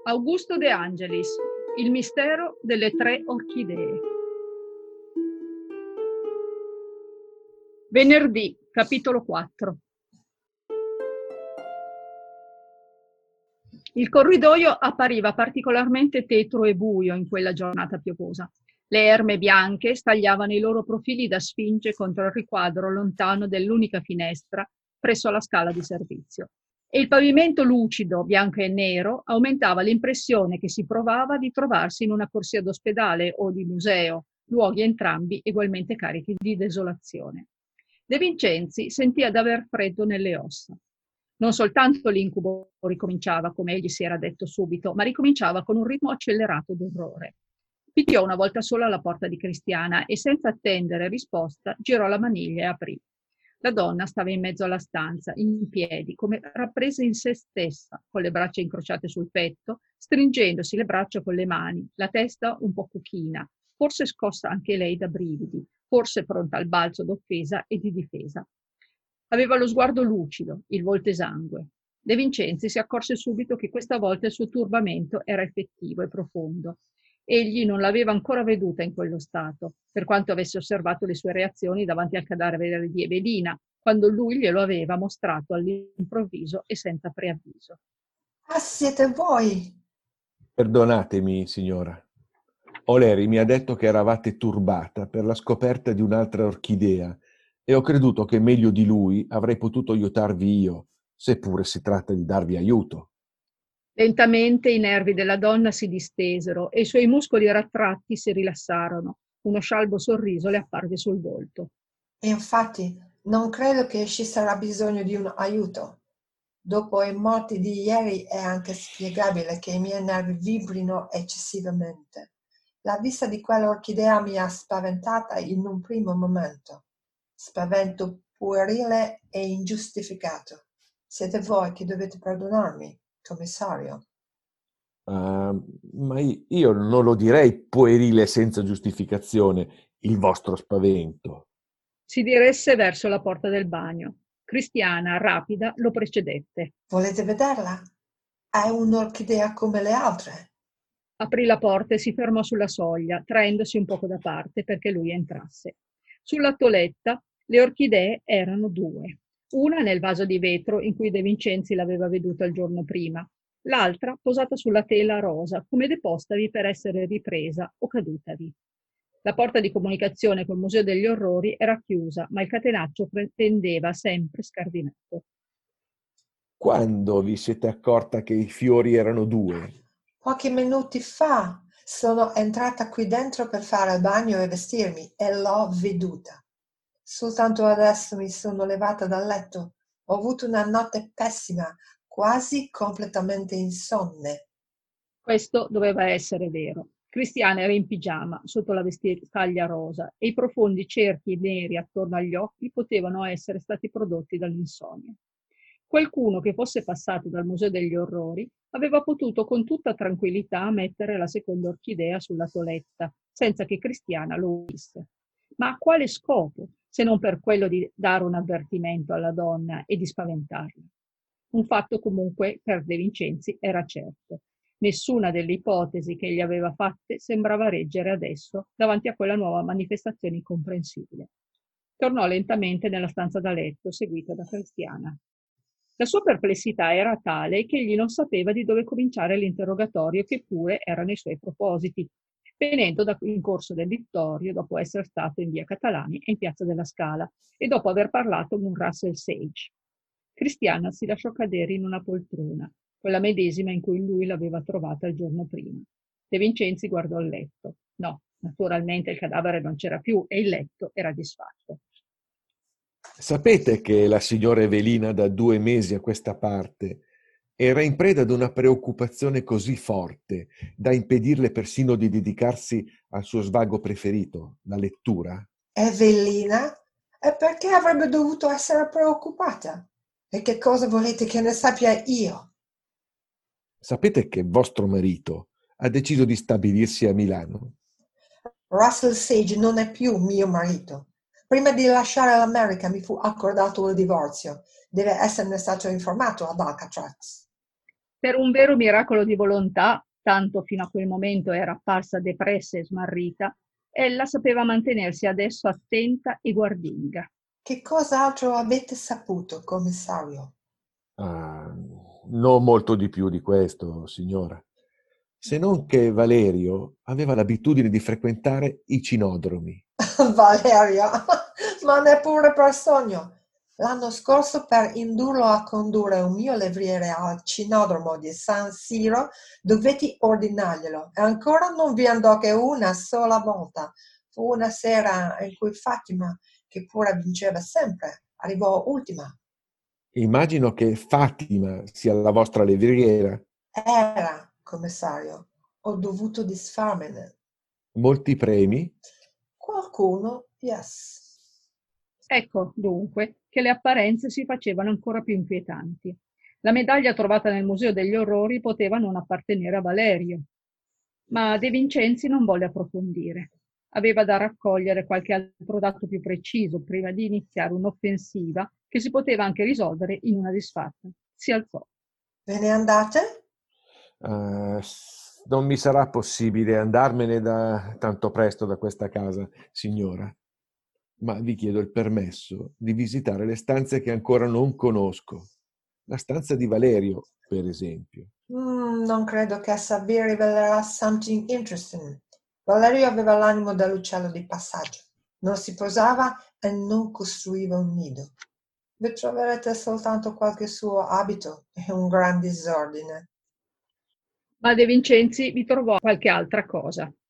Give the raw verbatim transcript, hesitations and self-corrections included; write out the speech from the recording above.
Augusto De Angelis, il mistero delle tre orchidee. Venerdì, capitolo quattro. Il corridoio appariva particolarmente tetro e buio in quella giornata piovosa. Le erme bianche stagliavano i loro profili da sfinge contro il riquadro lontano dell'unica finestra presso la scala di servizio. E il pavimento lucido, bianco e nero, aumentava l'impressione che si provava di trovarsi in una corsia d'ospedale o di museo, luoghi entrambi ugualmente carichi di desolazione. De Vincenzi sentiva d'aver freddo nelle ossa. Non soltanto l'incubo ricominciava, come egli si era detto subito, ma ricominciava con un ritmo accelerato d'orrore. Picchiò una volta sola alla porta di Cristiana e, senza attendere risposta, girò la maniglia e aprì. La donna stava in mezzo alla stanza, in piedi, come rappresa in se stessa, con le braccia incrociate sul petto, stringendosi le braccia con le mani, la testa un po' china, forse scossa anche lei da brividi, forse pronta al balzo d'offesa e di difesa. Aveva lo sguardo lucido, il volto esangue. De Vincenzi si accorse subito che questa volta il suo turbamento era effettivo e profondo. Egli non l'aveva ancora veduta in quello stato, per quanto avesse osservato le sue reazioni davanti al cadavere di Evelina, quando lui glielo aveva mostrato all'improvviso e senza preavviso. Ah, siete voi! Perdonatemi, signora. O'Leary mi ha detto che eravate turbata per la scoperta di un'altra orchidea e ho creduto che meglio di lui avrei potuto aiutarvi io, seppure si tratta di darvi aiuto. Lentamente i nervi della donna si distesero e i suoi muscoli rattratti si rilassarono. Uno scialbo sorriso le apparve sul volto. E infatti non credo che ci sarà bisogno di un aiuto. Dopo i morti di ieri è anche spiegabile che i miei nervi vibrino eccessivamente. La vista di quell'orchidea mi ha spaventata in un primo momento. Spavento puerile e ingiustificato. Siete voi che dovete perdonarmi, commissario. Uh, ma io non lo direi puerile senza giustificazione, il vostro spavento. Si diresse verso la porta del bagno. Cristiana, rapida, lo precedette. Volete vederla? È un'orchidea come le altre. Aprì la porta e si fermò sulla soglia, traendosi un poco da parte perché lui entrasse. Sulla toletta le orchidee erano due. Una nel vaso di vetro in cui De Vincenzi l'aveva veduta il giorno prima, l'altra posata sulla tela rosa, come depostavi per essere ripresa o cadutavi. La porta di comunicazione col Museo degli Orrori era chiusa, ma il catenaccio pendeva sempre scardinato. Quando vi siete accorta che i fiori erano due? Pochi minuti fa sono entrata qui dentro per fare il bagno e vestirmi e l'ho veduta. Soltanto adesso mi sono levata dal letto. Ho avuto una notte pessima, quasi completamente insonne. Questo doveva essere vero. Cristiana era in pigiama, sotto la vestaglia rosa, e i profondi cerchi neri attorno agli occhi potevano essere stati prodotti dall'insonnia. Qualcuno che fosse passato dal Museo degli Orrori aveva potuto con tutta tranquillità mettere la seconda orchidea sulla toletta, senza che Cristiana lo visse. Ma a quale scopo, se non per quello di dare un avvertimento alla donna e di spaventarla? Un fatto comunque per De Vincenzi era certo. Nessuna delle ipotesi che egli aveva fatte sembrava reggere adesso davanti a quella nuova manifestazione incomprensibile. Tornò lentamente nella stanza da letto, seguito da Cristiana. La sua perplessità era tale che egli non sapeva di dove cominciare l'interrogatorio, che pure era nei suoi propositi, venendo da in corso del Vittorio dopo essere stato in via Catalani e in piazza della Scala e dopo aver parlato con Russell Sage. Cristiana si lasciò cadere in una poltrona, quella medesima in cui lui l'aveva trovata il giorno prima. De Vincenzi guardò il letto. No, naturalmente il cadavere non c'era più e il letto era disfatto. Sapete che la signora Evelina da due mesi a questa parte era in preda ad una preoccupazione così forte da impedirle persino di dedicarsi al suo svago preferito, la lettura? Evelina? E perché avrebbe dovuto essere preoccupata? E che cosa volete che ne sappia io? Sapete che vostro marito ha deciso di stabilirsi a Milano? Russell Sage non è più mio marito. Prima di lasciare l'America mi fu accordato il divorzio. Deve esserne stato informato ad Alcatraz. Per un vero miracolo di volontà, tanto fino a quel momento era apparsa depressa e smarrita, ella sapeva mantenersi adesso attenta e guardinga. Che cos'altro avete saputo, commissario? Ah, non molto di più di questo, signora. Se non che Valerio aveva l'abitudine di frequentare i cinodromi. Valeria, ma neppure per sogno. L'anno scorso, per indurlo a condurre un mio levriere al cinodromo di San Siro, dovetti ordinarglielo e ancora non vi andò che una sola volta. Fu una sera in cui Fatima, che pure vinceva sempre, arrivò ultima. Immagino che Fatima sia la vostra levriera. Era, commissario, ho dovuto disfarmene. Molti premi? Qualcuno, yes. Ecco, dunque, che le apparenze si facevano ancora più inquietanti. La medaglia trovata nel Museo degli Orrori poteva non appartenere a Valerio, ma De Vincenzi non volle approfondire. Aveva da raccogliere qualche altro dato più preciso prima di iniziare un'offensiva che si poteva anche risolvere in una disfatta. Si alzò. Ve ne andate? Uh, non mi sarà possibile andarmene da tanto presto da questa casa, signora, ma vi chiedo il permesso di visitare le stanze che ancora non conosco. La stanza di Valerio, per esempio. Mm, non credo che essa vi rivelerà something interesting. Valerio aveva l'animo dell'uccello di passaggio. Non si posava e non costruiva un nido. Vi troverete soltanto qualche suo abito e un gran disordine. Ma De Vincenzi vi trovò qualche altra cosa.